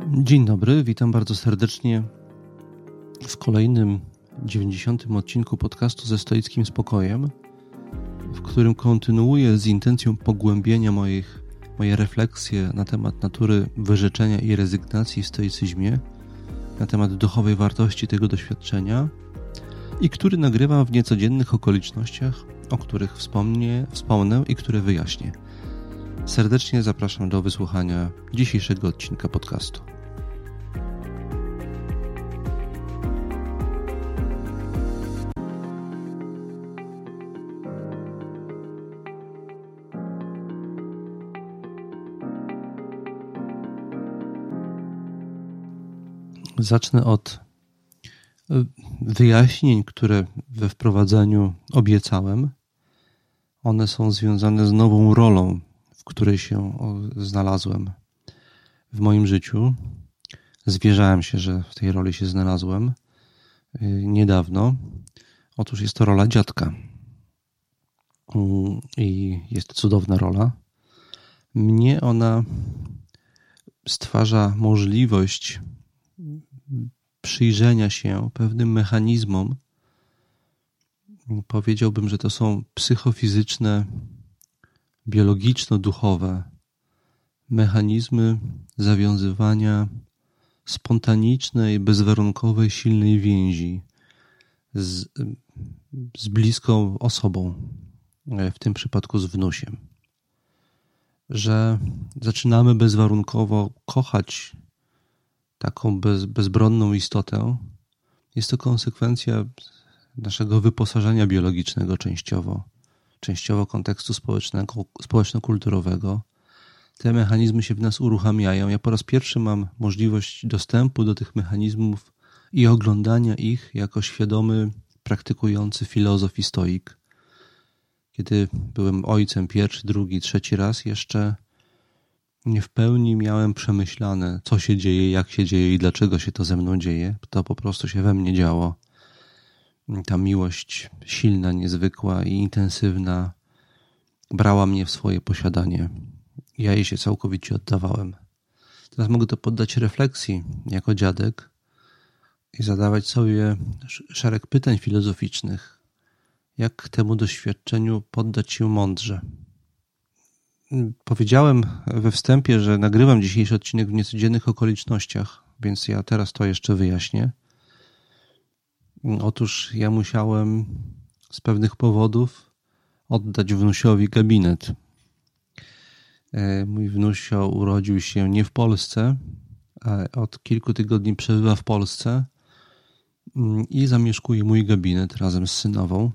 Dzień dobry, witam bardzo serdecznie w kolejnym 90. odcinku podcastu ze stoickim spokojem, w którym kontynuuję z intencją pogłębienia moje refleksje na temat natury wyrzeczenia i rezygnacji w stoicyzmie, na temat duchowej wartości tego doświadczenia i który nagrywam w niecodziennych okolicznościach, o których wspomnę i które wyjaśnię. Serdecznie zapraszam do wysłuchania dzisiejszego odcinka podcastu. Zacznę od wyjaśnień, które we wprowadzeniu obiecałem. One są związane z nową rolą, w której się znalazłem w moim życiu. Zwierzałem się, że w tej roli się znalazłem niedawno. Otóż jest to rola dziadka. I jest to cudowna rola. Mnie ona stwarza możliwość przyjrzenia się pewnym mechanizmom. Powiedziałbym, że to są psychofizyczne, biologiczno-duchowe mechanizmy zawiązywania spontanicznej, bezwarunkowej, silnej więzi z bliską osobą, w tym przypadku z wnusiem. Że zaczynamy bezwarunkowo kochać taką bezbronną istotę. Jest to konsekwencja naszego wyposażenia biologicznego częściowo kontekstu społeczno-kulturowego. Te mechanizmy się w nas uruchamiają. Ja po raz pierwszy mam możliwość dostępu do tych mechanizmów i oglądania ich jako świadomy, praktykujący filozof i stoik. Kiedy byłem ojcem pierwszy, drugi, trzeci raz, jeszcze nie w pełni miałem przemyślane, co się dzieje, jak się dzieje i dlaczego się to ze mną dzieje. To po prostu się we mnie działo. Ta miłość silna, niezwykła i intensywna brała mnie w swoje posiadanie. Ja jej się całkowicie oddawałem. Teraz mogę to poddać refleksji jako dziadek i zadawać sobie szereg pytań filozoficznych. Jak temu doświadczeniu poddać się mądrze? Powiedziałem we wstępie, że nagrywam dzisiejszy odcinek w niecodziennych okolicznościach, więc ja teraz to jeszcze wyjaśnię. Otóż ja musiałem z pewnych powodów oddać wnusiowi gabinet. Mój wnusio urodził się nie w Polsce, a od kilku tygodni przebywa w Polsce i zamieszkuje mój gabinet razem z synową.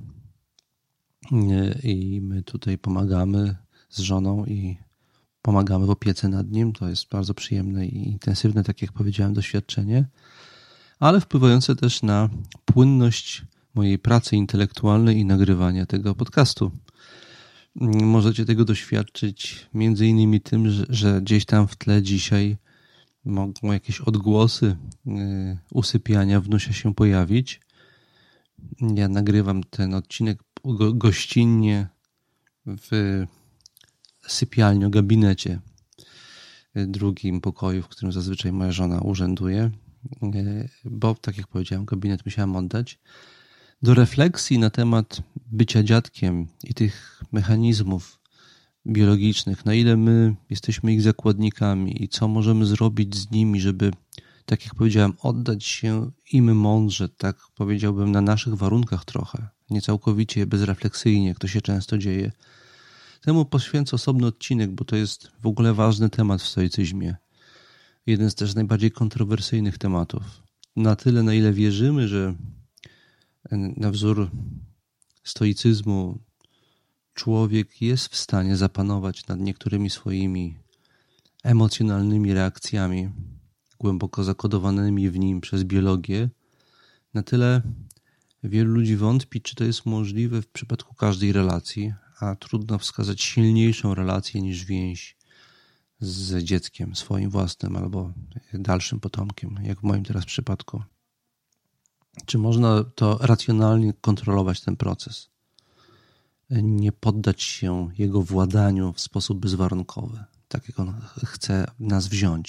I my tutaj pomagamy z żoną i pomagamy w opiece nad nim. To jest bardzo przyjemne i intensywne, tak jak powiedziałem, doświadczenie, ale wpływające też na płynność mojej pracy intelektualnej i nagrywania tego podcastu. Możecie tego doświadczyć między innymi tym, że gdzieś tam w tle dzisiaj mogą jakieś odgłosy usypiania wnusia się pojawić. Ja nagrywam ten odcinek gościnnie w sypialni, gabinecie, drugim pokoju, w którym zazwyczaj moja żona urzęduje, bo tak jak powiedziałem, gabinet musiałem oddać. Do refleksji na temat bycia dziadkiem i tych mechanizmów biologicznych, na ile my jesteśmy ich zakładnikami i co możemy zrobić z nimi, żeby, tak jak powiedziałem, oddać się im mądrze, tak powiedziałbym, na naszych warunkach trochę, nie całkowicie bezrefleksyjnie, jak to się często dzieje. Temu poświęcę osobny odcinek, bo to jest w ogóle ważny temat w stoicyzmie. Jeden z też najbardziej kontrowersyjnych tematów. Na tyle, na ile wierzymy, że na wzór stoicyzmu człowiek jest w stanie zapanować nad niektórymi swoimi emocjonalnymi reakcjami, głęboko zakodowanymi w nim przez biologię, na tyle wielu ludzi wątpi, czy to jest możliwe w przypadku każdej relacji, a trudno wskazać silniejszą relację niż więź z dzieckiem swoim własnym albo dalszym potomkiem, jak w moim teraz przypadku. Czy można to racjonalnie kontrolować ten proces? Nie poddać się jego władaniu w sposób bezwarunkowy, tak jak on chce nas wziąć.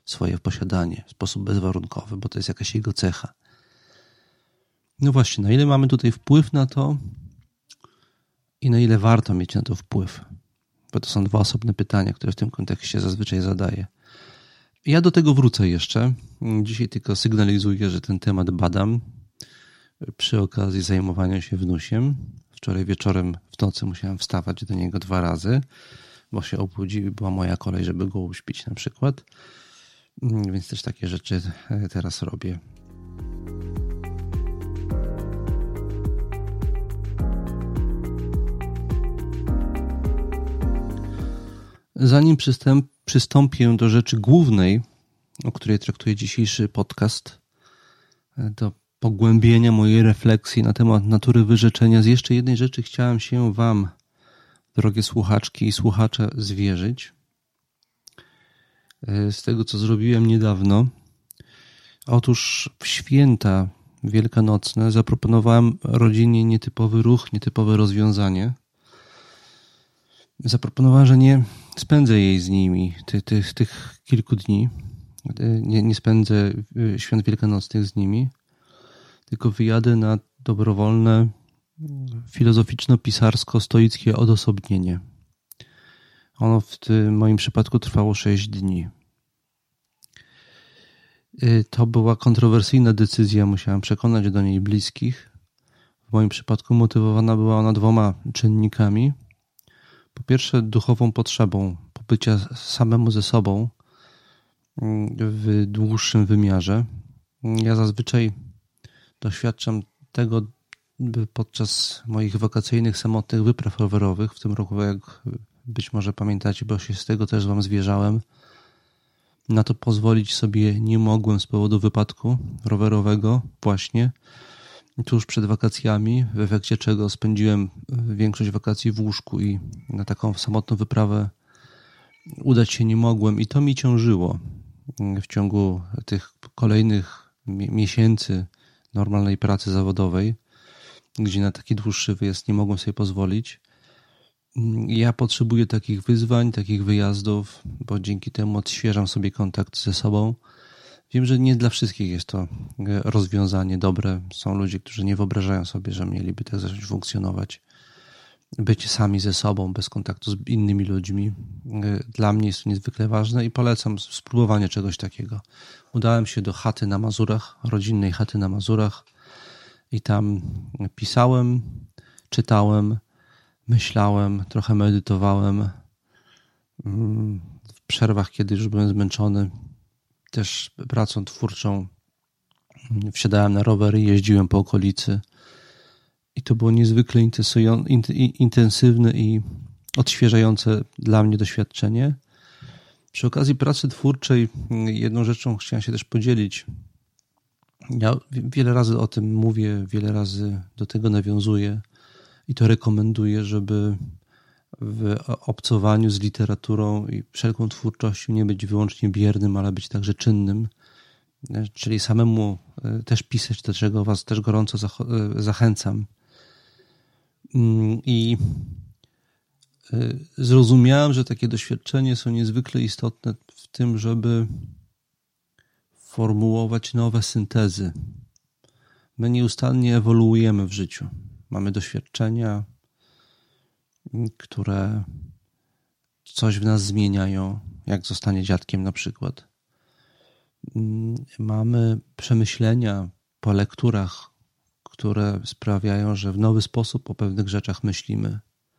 swoje posiadanie w sposób bezwarunkowy, bo to jest jakaś jego cecha. No właśnie, na ile mamy tutaj wpływ na to i na ile warto mieć na to wpływ? Bo to są dwa osobne pytania, które w tym kontekście zazwyczaj zadaję. Ja do tego wrócę jeszcze. Dzisiaj tylko sygnalizuję, że ten temat badam przy okazji zajmowania się wnusiem. Wczoraj wieczorem w nocy musiałem wstawać do niego 2 razy, bo się obudził i była moja kolej, żeby go uśpić na przykład. Więc też takie rzeczy teraz robię. Zanim przystąpię do rzeczy głównej, o której traktuje dzisiejszy podcast, do pogłębienia mojej refleksji na temat natury wyrzeczenia, z jeszcze jednej rzeczy chciałem się Wam, drogie słuchaczki i słuchacze, zwierzyć. Z tego, co zrobiłem niedawno. Otóż w święta wielkanocne zaproponowałem rodzinie nietypowy ruch, nietypowe rozwiązanie. Zaproponowałem, że nie spędzę jej z nimi tych kilku dni. Nie spędzę świąt wielkanocnych z nimi, tylko wyjadę na dobrowolne, filozoficzno-pisarsko-stoickie odosobnienie. Ono w tym moim przypadku trwało 6 dni. To była kontrowersyjna decyzja, musiałem przekonać do niej bliskich. W moim przypadku motywowana była ona 2 czynnikami. Po pierwsze, duchową potrzebą pobycia samemu ze sobą w dłuższym wymiarze. Ja zazwyczaj doświadczam tego podczas moich wakacyjnych, samotnych wypraw rowerowych. W tym roku, jak być może pamiętacie, bo się z tego też Wam zwierzałem, na to pozwolić sobie nie mogłem z powodu wypadku rowerowego właśnie tuż przed wakacjami, w efekcie czego spędziłem większość wakacji w łóżku i na taką samotną wyprawę udać się nie mogłem i to mi ciążyło w ciągu tych kolejnych miesięcy normalnej pracy zawodowej, gdzie na taki dłuższy wyjazd nie mogłem sobie pozwolić. Ja potrzebuję takich wyzwań, takich wyjazdów, bo dzięki temu odświeżam sobie kontakt ze sobą. Wiem, że nie dla wszystkich jest to rozwiązanie dobre. Są ludzie, którzy nie wyobrażają sobie, że mieliby tak zacząć funkcjonować. Być sami ze sobą, bez kontaktu z innymi ludźmi. Dla mnie jest to niezwykle ważne i polecam spróbowanie czegoś takiego. Udałem się do chaty na Mazurach, rodzinnej chaty na Mazurach i tam pisałem, czytałem, myślałem, trochę medytowałem. W przerwach, kiedy już byłem zmęczony, też pracą twórczą, wsiadałem na rower i jeździłem po okolicy. I to było niezwykle intensywne i odświeżające dla mnie doświadczenie. Przy okazji pracy twórczej jedną rzeczą chciałem się też podzielić. Ja wiele razy o tym mówię, wiele razy do tego nawiązuję i to rekomenduję, żeby w obcowaniu z literaturą i wszelką twórczością nie być wyłącznie biernym, ale być także czynnym. Czyli samemu też pisać, do czego Was też gorąco zachęcam. I zrozumiałem, że takie doświadczenia są niezwykle istotne w tym, żeby formułować nowe syntezy. My nieustannie ewoluujemy w życiu. Mamy doświadczenia, które coś w nas zmieniają, jak zostanie dziadkiem na przykład. Mamy przemyślenia po lekturach, które sprawiają, że w nowy sposób o pewnych rzeczach myślimy.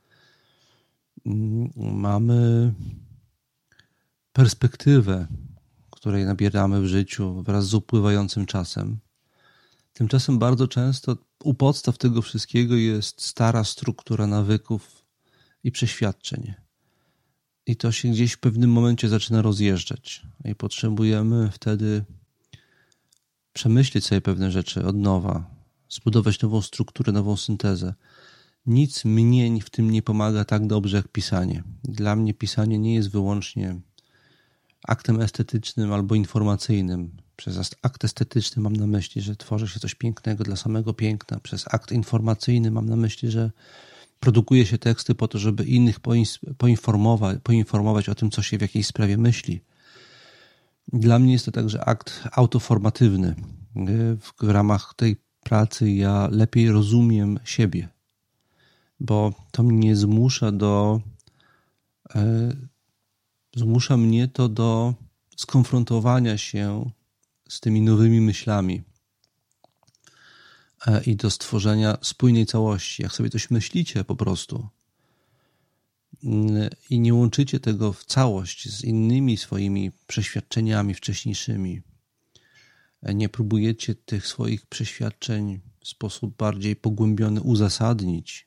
Mamy perspektywę, której nabieramy w życiu wraz z upływającym czasem. Tymczasem bardzo często u podstaw tego wszystkiego jest stara struktura nawyków i przeświadczeń. I to się gdzieś w pewnym momencie zaczyna rozjeżdżać. I potrzebujemy wtedy przemyśleć sobie pewne rzeczy od nowa, zbudować nową strukturę, nową syntezę. Nic mnie w tym nie pomaga tak dobrze jak pisanie. Dla mnie pisanie nie jest wyłącznie aktem estetycznym albo informacyjnym. Przez akt estetyczny mam na myśli, że tworzy się coś pięknego dla samego piękna. Przez akt informacyjny mam na myśli, że produkuje się teksty po to, żeby innych poinformować o tym, co się w jakiejś sprawie myśli. Dla mnie jest to także akt autoformatywny. W ramach tej pracy ja lepiej rozumiem siebie, bo to mnie zmusza mnie to do skonfrontowania się z tymi nowymi myślami i do stworzenia spójnej całości. Jak sobie coś myślicie po prostu i nie łączycie tego w całość z innymi swoimi przeświadczeniami wcześniejszymi, nie próbujecie tych swoich przeświadczeń w sposób bardziej pogłębiony uzasadnić,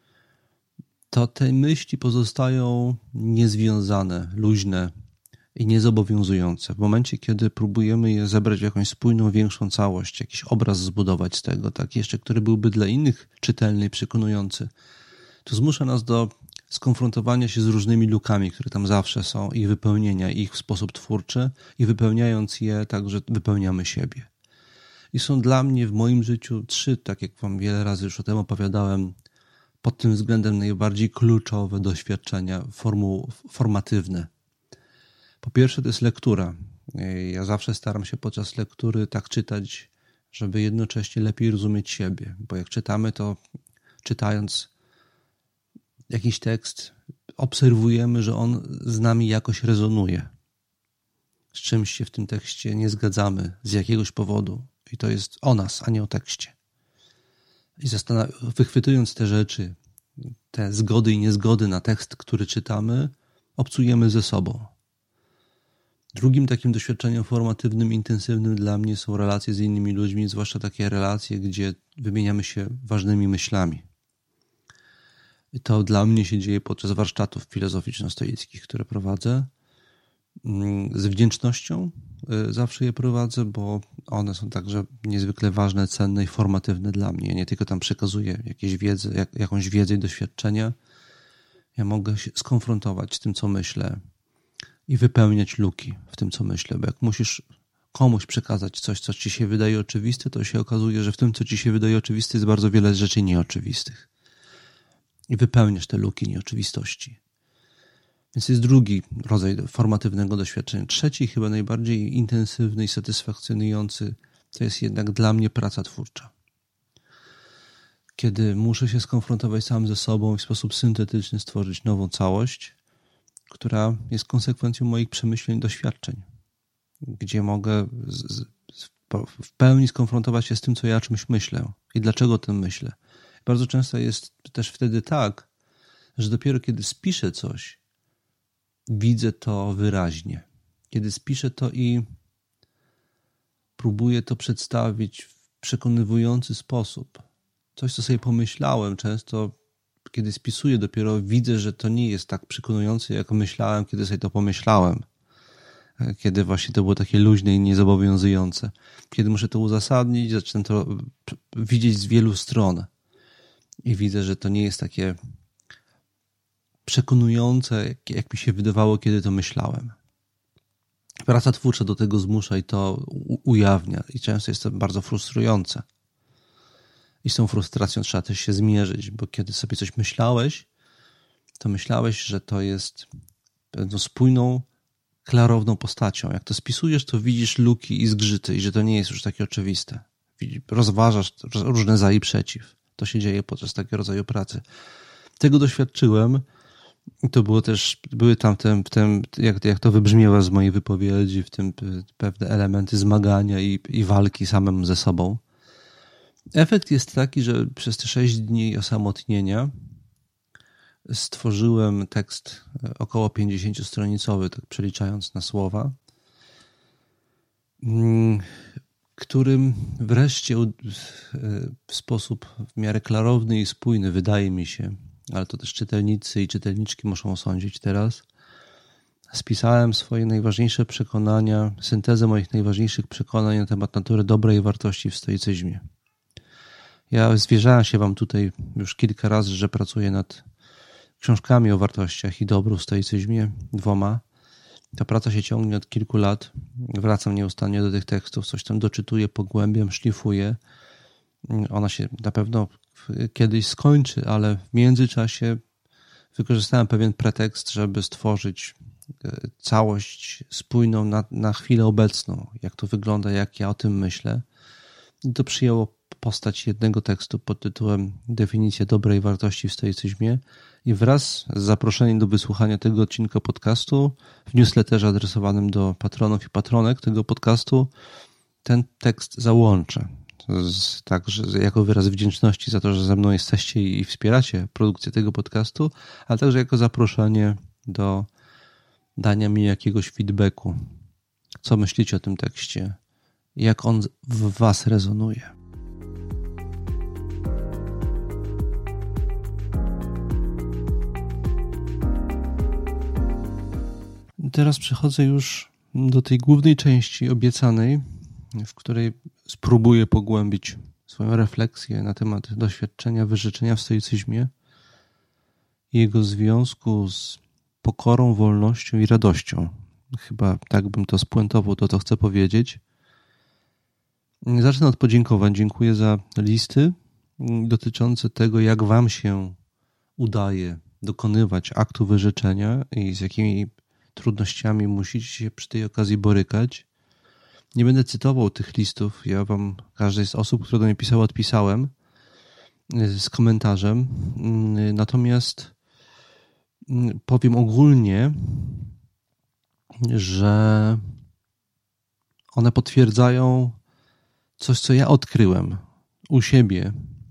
to te myśli pozostają niezwiązane, luźne i niezobowiązujące. W momencie, kiedy próbujemy je zebrać w jakąś spójną, większą całość, jakiś obraz zbudować z tego, tak jeszcze, który byłby dla innych czytelny i przekonujący, to zmusza nas do skonfrontowania się z różnymi lukami, które tam zawsze są i wypełnienia ich w sposób twórczy i wypełniając je także wypełniamy siebie. I są dla mnie w moim życiu 3, tak jak wam wiele razy już o tym opowiadałem, pod tym względem najbardziej kluczowe doświadczenia formatywne. Po pierwsze to jest lektura. Ja zawsze staram się podczas lektury tak czytać, żeby jednocześnie lepiej rozumieć siebie, bo jak czytamy, to czytając jakiś tekst obserwujemy, że on z nami jakoś rezonuje. Z czymś się w tym tekście nie zgadzamy z jakiegoś powodu i to jest o nas, a nie o tekście. I wychwytując te rzeczy, te zgody i niezgody na tekst, który czytamy, obcujemy ze sobą. Drugim takim doświadczeniem formatywnym, intensywnym dla mnie są relacje z innymi ludźmi, zwłaszcza takie relacje, gdzie wymieniamy się ważnymi myślami. I to dla mnie się dzieje podczas warsztatów filozoficzno-stoickich, które prowadzę. Z wdzięcznością zawsze je prowadzę, bo one są także niezwykle ważne, cenne i formatywne dla mnie. Ja nie tylko tam przekazuję jakąś wiedzę i doświadczenia. Ja mogę się skonfrontować z tym, co myślę i wypełniać luki w tym, co myślę, bo jak musisz komuś przekazać coś, co ci się wydaje oczywiste, to się okazuje, że w tym, co ci się wydaje oczywiste, jest bardzo wiele rzeczy nieoczywistych. I wypełniasz te luki nieoczywistości. Więc jest drugi rodzaj formatywnego doświadczenia. Trzeci, chyba najbardziej intensywny i satysfakcjonujący, to jest jednak dla mnie praca twórcza. Kiedy muszę się skonfrontować sam ze sobą i w sposób syntetyczny stworzyć nową całość, która jest konsekwencją moich przemyśleń i doświadczeń, gdzie mogę w pełni skonfrontować się z tym, co ja o czymś myślę i dlaczego o tym myślę. Bardzo często jest też wtedy tak, że dopiero kiedy spiszę coś, widzę to wyraźnie. Kiedy spiszę to i próbuję to przedstawić w przekonywujący sposób. Coś, co sobie pomyślałem, często kiedy spisuję, dopiero widzę, że to nie jest tak przekonujące, jak myślałem, kiedy sobie to pomyślałem. Kiedy właśnie to było takie luźne i niezobowiązujące. Kiedy muszę to uzasadnić, zaczynam to widzieć z wielu stron. I widzę, że to nie jest takie przekonujące, jak mi się wydawało, kiedy to myślałem. Praca twórcza do tego zmusza i to ujawnia. I często jest to bardzo frustrujące. I z tą frustracją trzeba też się zmierzyć, bo kiedy sobie coś myślałeś, to myślałeś, że to jest pewną spójną, klarowną postacią. Jak to spisujesz, to widzisz luki i zgrzyty i że to nie jest już takie oczywiste. Rozważasz różne za i przeciw. To się dzieje podczas takiego rodzaju pracy. Tego doświadczyłem i to było też, były tam jak to wybrzmiewa z mojej wypowiedzi, w tym pewne elementy zmagania i walki samym ze sobą. Efekt jest taki, że przez te 6 dni osamotnienia stworzyłem tekst około 50-stronicowy, tak przeliczając na słowa, którym wreszcie w sposób w miarę klarowny i spójny, wydaje mi się, ale to też czytelnicy i czytelniczki muszą osądzić teraz, spisałem swoje najważniejsze przekonania, syntezę moich najważniejszych przekonań na temat natury dobrej wartości w stoicyzmie. Ja zwierzałem się wam tutaj już kilka razy, że pracuję nad książkami o wartościach i dobru w stoicyzmie, 2. Ta praca się ciągnie od kilku lat. Wracam nieustannie do tych tekstów, coś tam doczytuję, pogłębiam, szlifuję. Ona się na pewno kiedyś skończy, ale w międzyczasie wykorzystałem pewien pretekst, żeby stworzyć całość spójną na chwilę obecną, jak to wygląda, jak ja o tym myślę. I to przyjęło postać jednego tekstu pod tytułem Definicja dobrej wartości w stoicyzmie i wraz z zaproszeniem do wysłuchania tego odcinka podcastu w newsletterze adresowanym do patronów i patronek tego podcastu ten tekst załączę. Także jako wyraz wdzięczności za to, że ze mną jesteście i wspieracie produkcję tego podcastu, ale także jako zaproszenie do dania mi jakiegoś feedbacku. Co myślicie o tym tekście? Jak on w was rezonuje? Teraz przechodzę już do tej głównej części obiecanej, w której spróbuję pogłębić swoją refleksję na temat doświadczenia wyrzeczenia w stoicyzmie i jego związku z pokorą, wolnością i radością. Chyba tak bym to spuentował, to chcę powiedzieć. Zacznę od podziękowań. Dziękuję za listy dotyczące tego, jak wam się udaje dokonywać aktu wyrzeczenia i z jakimi trudnościami musicie się przy tej okazji borykać. Nie będę cytował tych listów. Ja wam, każdej z osób, które do mnie pisały, odpisałem z komentarzem. Natomiast powiem ogólnie, że one potwierdzają coś, co ja odkryłem u siebie,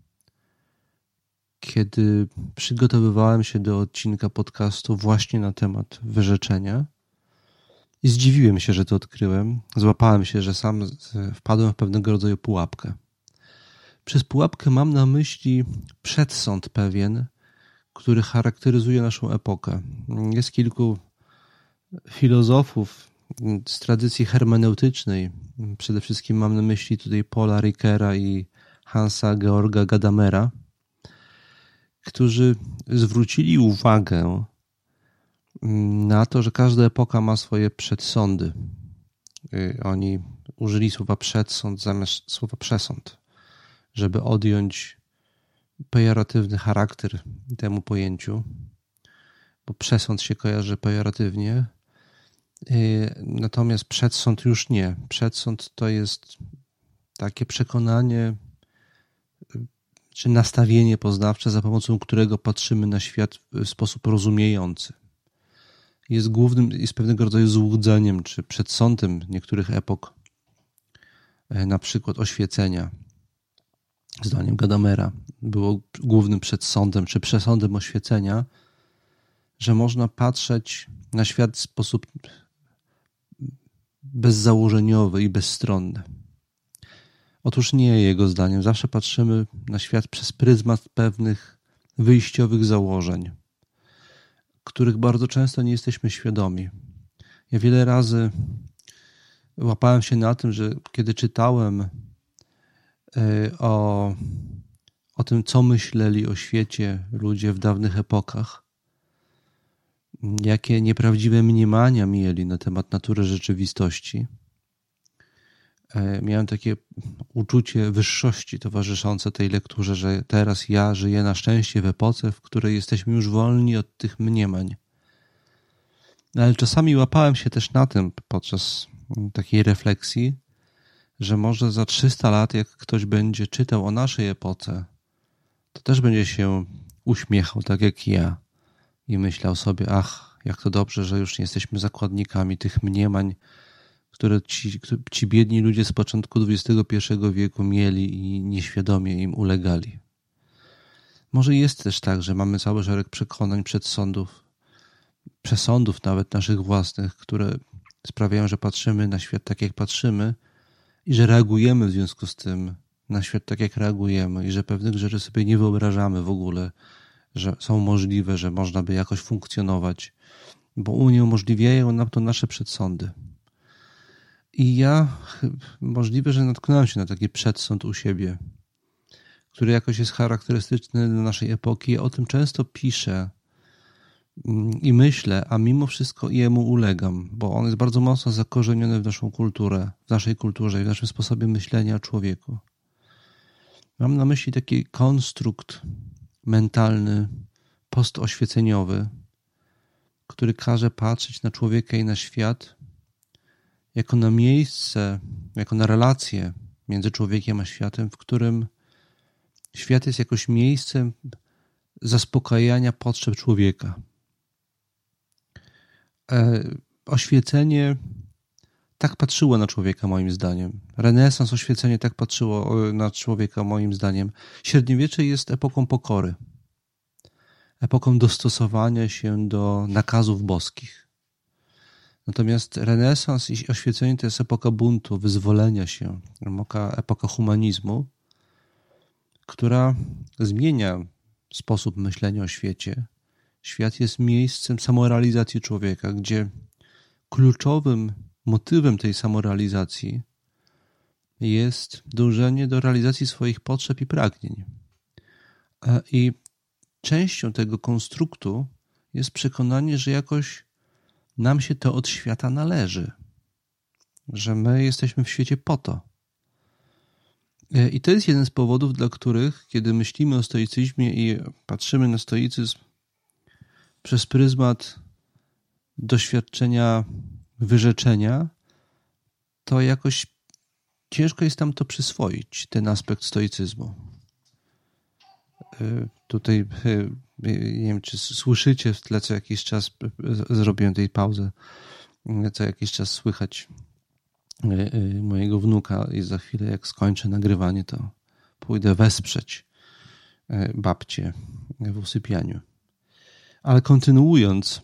kiedy przygotowywałem się do odcinka podcastu właśnie na temat wyrzeczenia. I zdziwiłem się, że to odkryłem. Złapałem się, że sam wpadłem w pewnego rodzaju pułapkę. Przez pułapkę mam na myśli przedsąd pewien, który charakteryzuje naszą epokę. Jest kilku filozofów z tradycji hermeneutycznej. Przede wszystkim mam na myśli tutaj Paula Ricoeura i Hansa Georga Gadamera, którzy zwrócili uwagę na to, że każda epoka ma swoje przedsądy. Oni użyli słowa przedsąd zamiast słowa przesąd, żeby odjąć pejoratywny charakter temu pojęciu, bo przesąd się kojarzy pejoratywnie, natomiast przedsąd już nie. Przedsąd to jest takie przekonanie czy nastawienie poznawcze, za pomocą którego patrzymy na świat w sposób rozumiejący. Jest pewnego rodzaju złudzeniem czy przedsądem niektórych epok, na przykład oświecenia. Zdaniem Gadamera było głównym przedsądem czy przesądem oświecenia, że można patrzeć na świat w sposób bezzałożeniowy i bezstronny. Otóż nie, jego zdaniem. Zawsze patrzymy na świat przez pryzmat pewnych wyjściowych założeń, których bardzo często nie jesteśmy świadomi. Ja wiele razy łapałem się na tym, że kiedy czytałem o tym, co myśleli o świecie ludzie w dawnych epokach, jakie nieprawdziwe mniemania mieli na temat natury rzeczywistości, miałem takie uczucie wyższości towarzyszące tej lekturze, że teraz ja żyję na szczęście w epoce, w której jesteśmy już wolni od tych mniemań. Ale czasami łapałem się też na tym podczas takiej refleksji, że może za 300 lat, jak ktoś będzie czytał o naszej epoce, to też będzie się uśmiechał tak jak ja i myślał sobie, ach, jak to dobrze, że już nie jesteśmy zakładnikami tych mniemań, które ci biedni ludzie z początku XXI wieku mieli i nieświadomie im ulegali. Może jest też tak, że mamy cały szereg przekonań, przesądów nawet naszych własnych, które sprawiają, że patrzymy na świat tak, jak patrzymy i że reagujemy w związku z tym na świat tak, jak reagujemy i że pewnych rzeczy sobie nie wyobrażamy w ogóle, że są możliwe, że można by jakoś funkcjonować, bo uniemożliwiają nam to nasze przedsądy. I ja możliwe, że natknąłem się na taki przedsąd u siebie, który jakoś jest charakterystyczny dla naszej epoki. Ja o tym często piszę i myślę, a mimo wszystko jemu ulegam, bo on jest bardzo mocno zakorzeniony w naszą kulturę, w naszej kulturze i w naszym sposobie myślenia o człowieku. Mam na myśli taki konstrukt mentalny, postoświeceniowy, który każe patrzeć na człowieka i na świat jako na miejsce, jako na relację między człowiekiem a światem, w którym świat jest jakoś miejscem zaspokajania potrzeb człowieka. Oświecenie tak patrzyło na człowieka, moim zdaniem. Renesans, oświecenie tak patrzyło na człowieka, moim zdaniem. Średniowiecze jest epoką pokory. Epoką dostosowania się do nakazów boskich. Natomiast renesans i oświecenie to jest epoka buntu, wyzwolenia się, epoka humanizmu, która zmienia sposób myślenia o świecie. Świat jest miejscem samorealizacji człowieka, gdzie kluczowym motywem tej samorealizacji jest dążenie do realizacji swoich potrzeb i pragnień. I częścią tego konstruktu jest przekonanie, że jakoś nam się to od świata należy, że my jesteśmy w świecie po to. I to jest jeden z powodów, dla których, kiedy myślimy o stoicyzmie i patrzymy na stoicyzm przez pryzmat doświadczenia wyrzeczenia, to jakoś ciężko jest nam to przyswoić, ten aspekt stoicyzmu. Tutaj nie wiem, czy słyszycie w tle, co jakiś czas zrobiłem tej pauzę, co jakiś czas słychać mojego wnuka i za chwilę, jak skończę nagrywanie, to pójdę wesprzeć babcię w usypianiu. Ale kontynuując,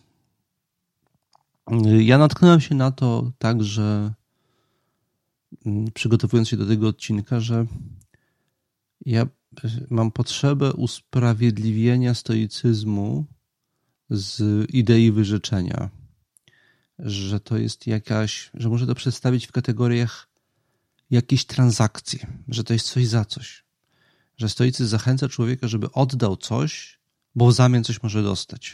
ja natknąłem się na to także, przygotowując się do tego odcinka, że ja mam potrzebę usprawiedliwienia stoicyzmu z idei wyrzeczenia, że to jest że muszę to przedstawić w kategoriach jakiejś transakcji, że to jest coś za coś, że stoicyzm zachęca człowieka, żeby oddał coś, bo w zamian coś może dostać.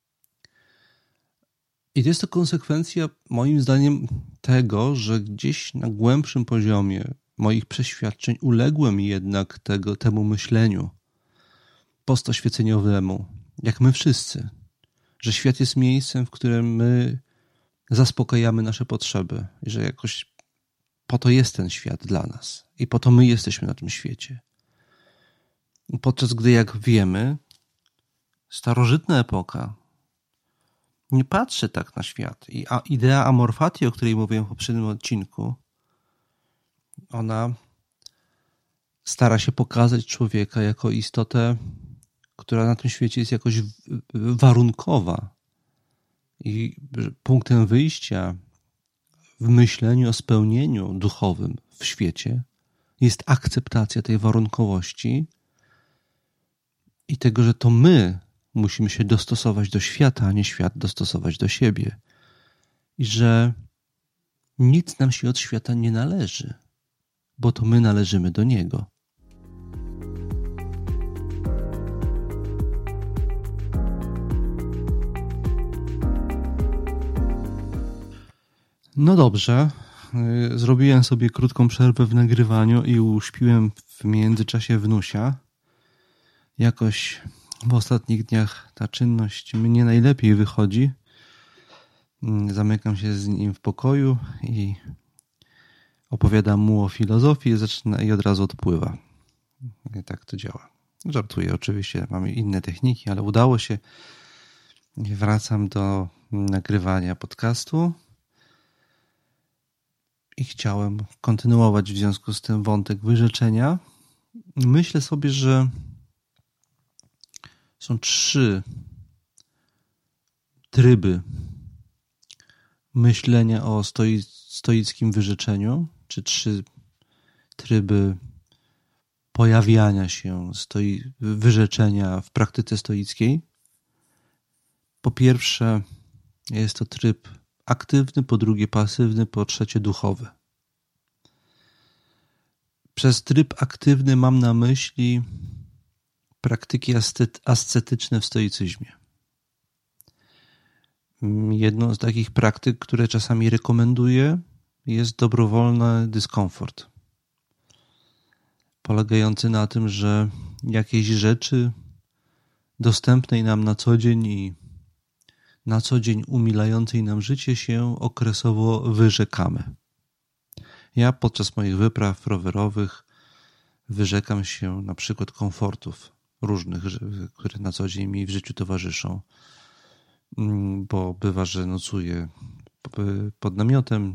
I to jest to konsekwencja, moim zdaniem, tego, że gdzieś na głębszym poziomie moich przeświadczeń uległem jednak temu myśleniu postoświeceniowemu, jak my wszyscy, że świat jest miejscem, w którym my zaspokajamy nasze potrzeby i że jakoś po to jest ten świat dla nas i po to my jesteśmy na tym świecie. Podczas gdy, jak wiemy, starożytna epoka nie patrzy tak na świat. I idea amorfatii, o której mówiłem w poprzednim odcinku, ona stara się pokazać człowieka jako istotę, która na tym świecie jest jakoś warunkowa. I punktem wyjścia w myśleniu o spełnieniu duchowym w świecie jest akceptacja tej warunkowości i tego, że to my musimy się dostosować do świata, a nie świat dostosować do siebie. I że nic nam się od świata nie należy, bo to my należymy do niego. No dobrze, zrobiłem sobie krótką przerwę w nagrywaniu i uśpiłem w międzyczasie wnusia. Jakoś w ostatnich dniach ta czynność mnie najlepiej wychodzi. Zamykam się z nim w pokoju i opowiadam mu o filozofii i od razu odpływa. I tak to działa. Żartuję oczywiście, mamy inne techniki, ale udało się. Wracam do nagrywania podcastu i chciałem kontynuować w związku z tym wątek wyrzeczenia. Myślę sobie, że są 3 tryby myślenia o stoickim wyrzeczeniu, czy 3 tryby pojawiania się wyrzeczenia w praktyce stoickiej. Po pierwsze jest to tryb aktywny, po drugie pasywny, po trzecie duchowy. Przez tryb aktywny mam na myśli praktyki ascetyczne w stoicyzmie. Jedną z takich praktyk, które czasami rekomenduję, jest dobrowolny dyskomfort. Polegający na tym, że jakieś rzeczy dostępnej nam na co dzień i na co dzień umilającej nam życie się okresowo wyrzekamy. Ja podczas moich wypraw rowerowych wyrzekam się na przykład komfortów różnych, które na co dzień mi w życiu towarzyszą, bo bywa, że nocuję pod namiotem,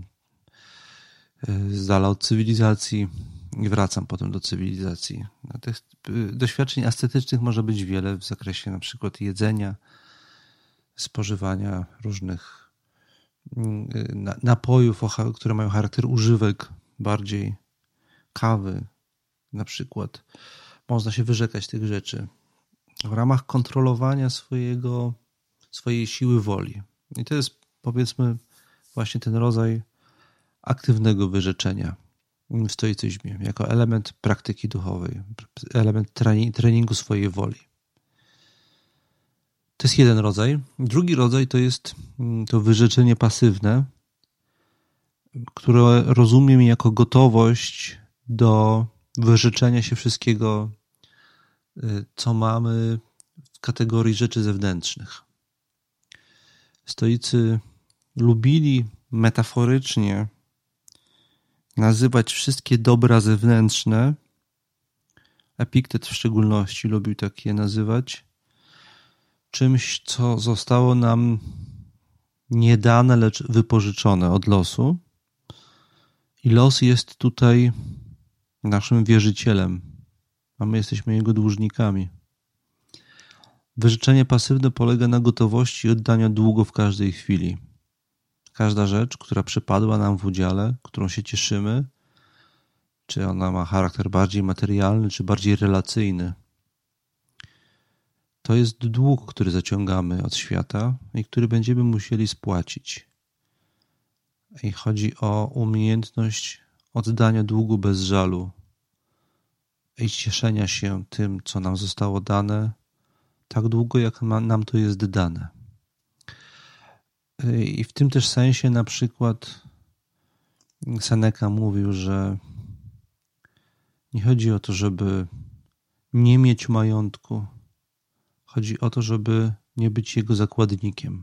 z dala od cywilizacji i wracam potem do cywilizacji. Tych doświadczeń estetycznych może być wiele w zakresie na przykład jedzenia, spożywania różnych napojów, które mają charakter używek, bardziej kawy na przykład. Można się wyrzekać tych rzeczy w ramach kontrolowania swojej siły woli. I to jest, powiedzmy, właśnie ten rodzaj aktywnego wyrzeczenia w stoicyzmie, jako element praktyki duchowej, element treningu swojej woli. To jest jeden rodzaj. Drugi rodzaj to jest to wyrzeczenie pasywne, które rozumiem jako gotowość do wyrzeczenia się wszystkiego, co mamy w kategorii rzeczy zewnętrznych. Stoicy lubili metaforycznie nazywać wszystkie dobra zewnętrzne, Epiktet w szczególności lubił tak je nazywać, czymś, co zostało nam nie dane, lecz wypożyczone od losu. I los jest tutaj naszym wierzycielem, a my jesteśmy jego dłużnikami. Wyrzeczenie pasywne polega na gotowości oddania długu w każdej chwili. Każda rzecz, która przypadła nam w udziale, którą się cieszymy, czy ona ma charakter bardziej materialny, czy bardziej relacyjny, to jest dług, który zaciągamy od świata i który będziemy musieli spłacić. I chodzi o umiejętność oddania długu bez żalu i cieszenia się tym, co nam zostało dane, tak długo, jak nam to jest dane. I w tym też sensie na przykład Seneca mówił, że nie chodzi o to, żeby nie mieć majątku. Chodzi o to, żeby nie być jego zakładnikiem.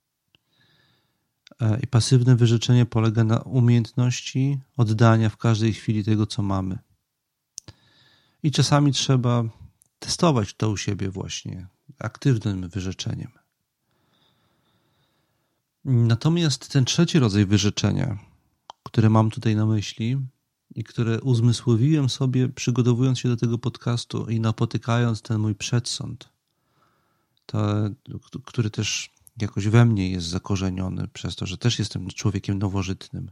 I pasywne wyrzeczenie polega na umiejętności oddania w każdej chwili tego, co mamy. I czasami trzeba testować to u siebie właśnie aktywnym wyrzeczeniem. Natomiast ten trzeci rodzaj wyrzeczenia, który mam tutaj na myśli i które uzmysłowiłem sobie, przygotowując się do tego podcastu i napotykając ten mój przedsąd, który też jakoś we mnie jest zakorzeniony przez to, że też jestem człowiekiem nowożytnym.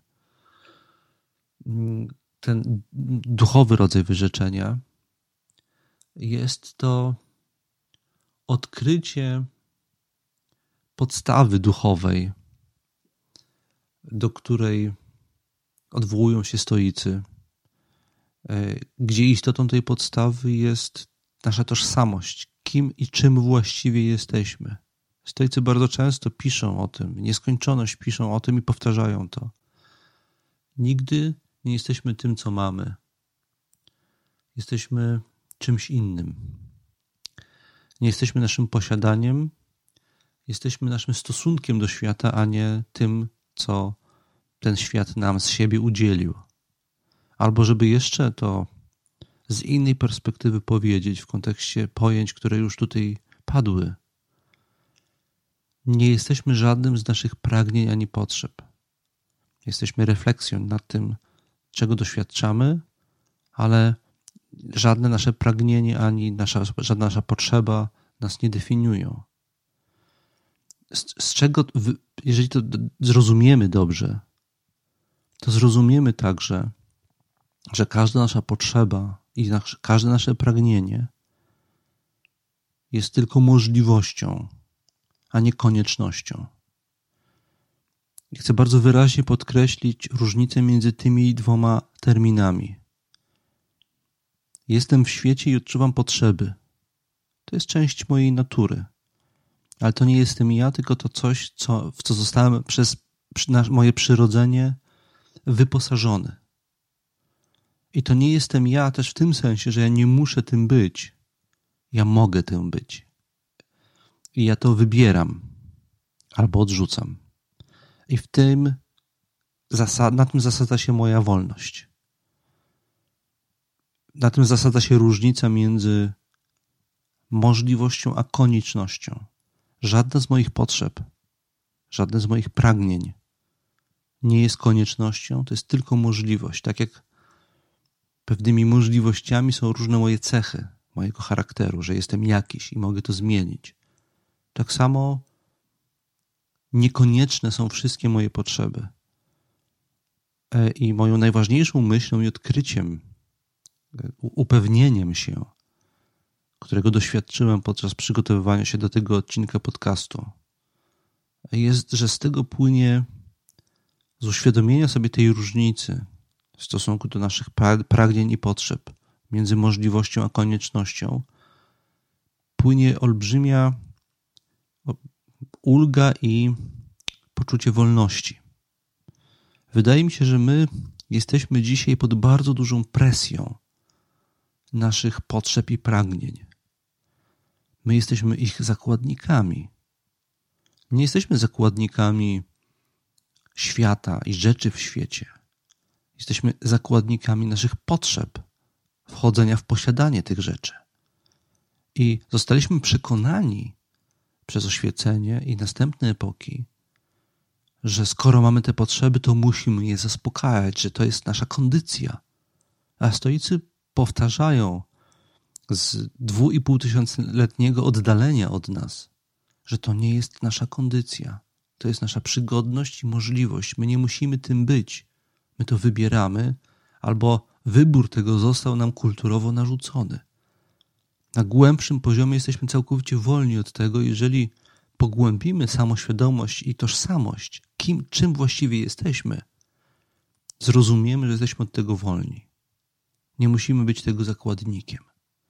Ten duchowy rodzaj wyrzeczenia jest to odkrycie podstawy duchowej, do której odwołują się stoicy, gdzie istotą tej podstawy jest nasza tożsamość, kim i czym właściwie jesteśmy. Stoicy bardzo często piszą o tym, w nieskończoność piszą o tym i powtarzają to. Nigdy nie jesteśmy tym, co mamy. Jesteśmy czymś innym. Nie jesteśmy naszym posiadaniem, jesteśmy naszym stosunkiem do świata, a nie tym, co ten świat nam z siebie udzielił. Albo żeby jeszcze to z innej perspektywy powiedzieć w kontekście pojęć, które już tutaj padły. Nie jesteśmy żadnym z naszych pragnień ani potrzeb. Jesteśmy refleksją nad tym, czego doświadczamy, ale żadne nasze pragnienie ani żadna nasza potrzeba nas nie definiują. Z czego, jeżeli to zrozumiemy dobrze, to zrozumiemy także, że każda nasza potrzeba i każde nasze pragnienie jest tylko możliwością, a nie koniecznością. I chcę bardzo wyraźnie podkreślić różnicę między tymi dwoma terminami. Jestem w świecie i odczuwam potrzeby. To jest część mojej natury. Ale to nie jestem ja, tylko to coś, w co zostałem przez moje przyrodzenie wyposażony. I to nie jestem ja też w tym sensie, że ja nie muszę tym być. Ja mogę tym być. I ja to wybieram. albo odrzucam. I na tym zasadza się moja wolność. Na tym zasadza się różnica między możliwością a koniecznością. Żadna z moich potrzeb, żadne z moich pragnień nie jest koniecznością, to jest tylko możliwość. Tak jak pewnymi możliwościami są różne moje cechy mojego charakteru, że jestem jakiś i mogę to zmienić. Tak samo niekonieczne są wszystkie moje potrzeby. I moją najważniejszą myślą i odkryciem, upewnieniem się, którego doświadczyłem podczas przygotowywania się do tego odcinka podcastu, jest, że z tego płynie, z uświadomienia sobie tej różnicy w stosunku do naszych pragnień i potrzeb, między możliwością a koniecznością, płynie olbrzymia ulga i poczucie wolności. Wydaje mi się, że my jesteśmy dzisiaj pod bardzo dużą presją naszych potrzeb i pragnień. My jesteśmy ich zakładnikami. Nie jesteśmy zakładnikami świata i rzeczy w świecie. Jesteśmy zakładnikami naszych potrzeb, wchodzenia w posiadanie tych rzeczy. I zostaliśmy przekonani przez oświecenie i następne epoki, że skoro mamy te potrzeby, to musimy je zaspokajać, że to jest nasza kondycja. A stoicy powtarzają z 2500-letniego oddalenia od nas, że to nie jest nasza kondycja. To jest nasza przygodność i możliwość. My nie musimy tym być. My to wybieramy, albo wybór tego został nam kulturowo narzucony. Na głębszym poziomie jesteśmy całkowicie wolni od tego, jeżeli pogłębimy samoświadomość i tożsamość, czym właściwie jesteśmy, zrozumiemy, że jesteśmy od tego wolni. Nie musimy być tego zakładnikiem.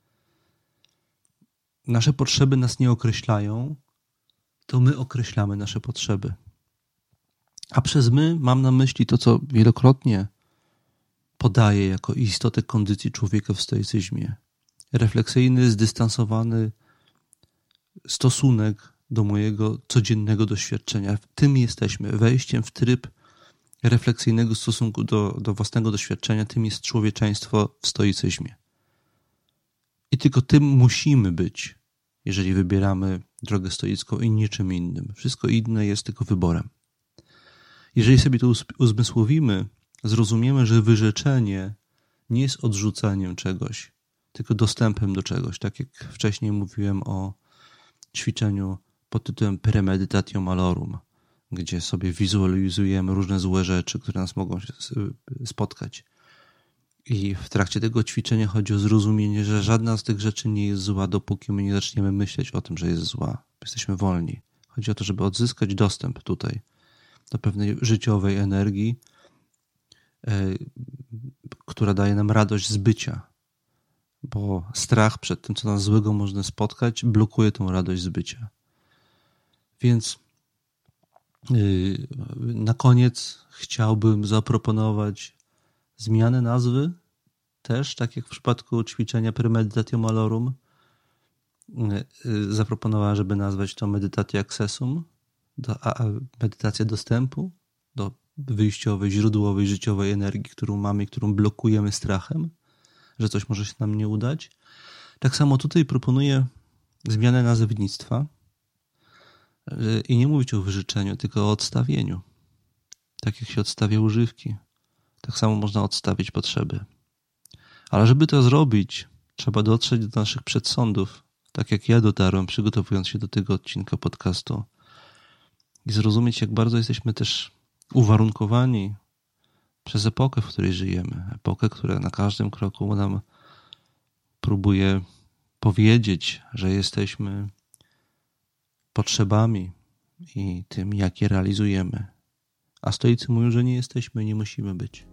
Nasze potrzeby nas nie określają, to my określamy nasze potrzeby. A przez my mam na myśli to, co wielokrotnie podaję jako istotę kondycji człowieka w stoicyzmie. Refleksyjny, zdystansowany stosunek do mojego codziennego doświadczenia. Tym jesteśmy. Wejściem w tryb refleksyjnego stosunku do własnego doświadczenia, tym jest człowieczeństwo w stoicyzmie. I tylko tym musimy być, jeżeli wybieramy drogę stoicką i niczym innym. Wszystko inne jest tylko wyborem. Jeżeli sobie to uzmysłowimy, zrozumiemy, że wyrzeczenie nie jest odrzucaniem czegoś, tylko dostępem do czegoś. Tak jak wcześniej mówiłem o ćwiczeniu pod tytułem Premeditatio Malorum, gdzie sobie wizualizujemy różne złe rzeczy, które nas mogą spotkać. I w trakcie tego ćwiczenia chodzi o zrozumienie, że żadna z tych rzeczy nie jest zła, dopóki my nie zaczniemy myśleć o tym, że jest zła. Jesteśmy wolni. Chodzi o to, żeby odzyskać dostęp tutaj do pewnej życiowej energii, która daje nam radość z bycia. Bo strach przed tym, co nas złego można spotkać, blokuje tą radość z bycia. Więc na koniec chciałbym zaproponować zmianę nazwy, też tak jak w przypadku ćwiczenia Premeditatio Malorum. Zaproponowałem, żeby nazwać to Meditatio Accessum, medytacja dostępu do wyjściowej, źródłowej, życiowej energii, którą mamy i którą blokujemy strachem, że coś może się nam nie udać. Tak samo tutaj proponuję zmianę nazewnictwa i nie mówić o wyrzeczeniu, tylko o odstawieniu. Tak jak się odstawia używki, tak samo można odstawić potrzeby. Ale żeby to zrobić, trzeba dotrzeć do naszych przedsądów, tak jak ja dotarłem, przygotowując się do tego odcinka podcastu, i zrozumieć, jak bardzo jesteśmy też uwarunkowani przez epokę, w której żyjemy. Epokę, która na każdym kroku nam próbuje powiedzieć, że jesteśmy potrzebami i tym, jak je realizujemy. A stoicy mówią, że nie jesteśmy, nie musimy być.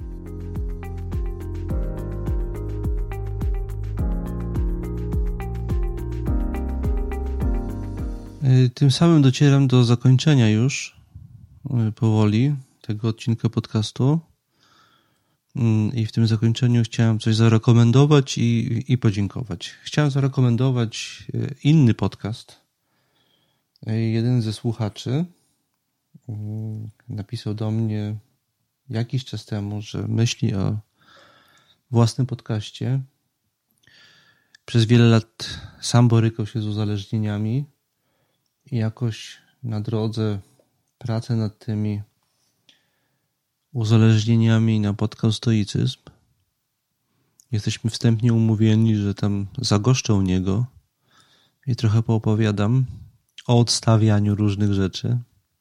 Tym samym docieram do zakończenia już powoli tego odcinka podcastu i w tym zakończeniu chciałem coś zarekomendować i podziękować. Chciałem zarekomendować inny podcast, Jeden ze słuchaczy napisał do mnie jakiś czas temu, że myśli o własnym podcaście. Przez wiele lat sam borykał się z uzależnieniami i jakoś na drodze pracy nad tymi uzależnieniami napotkał stoicyzm. Jesteśmy wstępnie umówieni, że tam zagoszczę u niego i trochę poopowiadam o odstawianiu różnych rzeczy.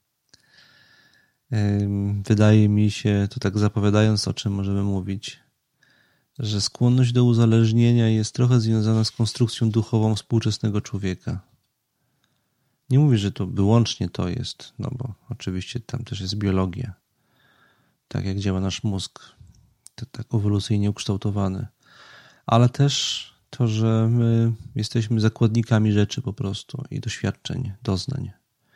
Wydaje mi się, to tak zapowiadając, o czym możemy mówić, że skłonność do uzależnienia jest trochę związana z konstrukcją duchową współczesnego człowieka. Nie mówię, że to wyłącznie to jest, no bo oczywiście tam też jest biologia. Tak jak działa nasz mózg, to tak ewolucyjnie ukształtowany. Ale też to, że my jesteśmy zakładnikami rzeczy po prostu i doświadczeń, doznań.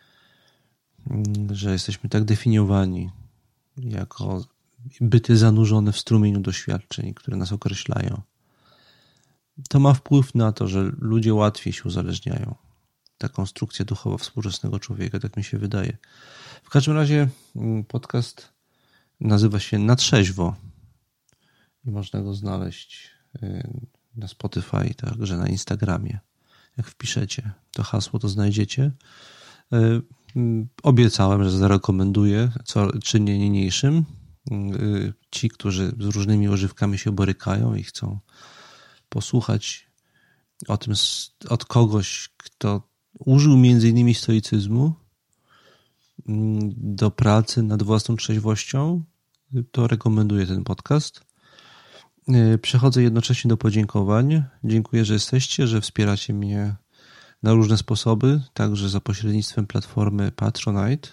Że jesteśmy tak definiowani jako byty zanurzone w strumieniu doświadczeń, które nas określają. To ma wpływ na to, że ludzie łatwiej się uzależniają. Ta konstrukcja duchowa współczesnego człowieka, tak mi się wydaje. W każdym razie podcast nazywa się Na Trzeźwo i można go znaleźć na Spotify, także na Instagramie. Jak wpiszecie to hasło, to znajdziecie. Obiecałem, że zarekomenduję czynienie niniejszym. Ci, którzy z różnymi używkami się borykają i chcą posłuchać o tym od kogoś, kto użył między innymi stoicyzmu do pracy nad własną trzeźwością, to rekomenduję ten podcast. Przechodzę jednocześnie do podziękowań. Dziękuję, że jesteście, że wspieracie mnie na różne sposoby, także za pośrednictwem platformy Patronite.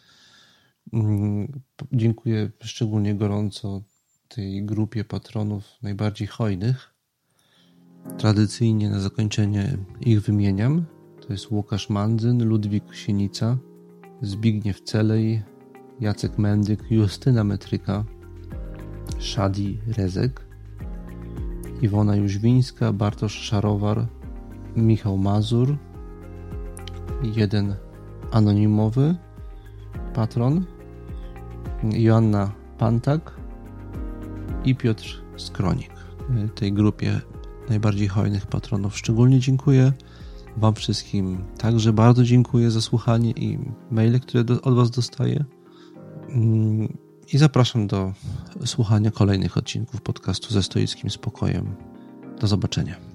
Dziękuję szczególnie gorąco tej grupie patronów najbardziej hojnych. Tradycyjnie na zakończenie ich wymieniam. To jest Łukasz Mandzyn, Ludwik Sienica, Zbigniew Celej, Jacek Mendyk, Justyna Metryka, Szadi Rezek, Iwona Jóźwińska, Bartosz Szarowar, Michał Mazur, jeden anonimowy patron, Joanna Pantak i Piotr Skronik. Tej grupie najbardziej hojnych patronów szczególnie dziękuję. Wam wszystkim także bardzo dziękuję za słuchanie i maile, które od Was dostaję. I zapraszam do słuchania kolejnych odcinków podcastu Ze Stoickim Spokojem. Do zobaczenia.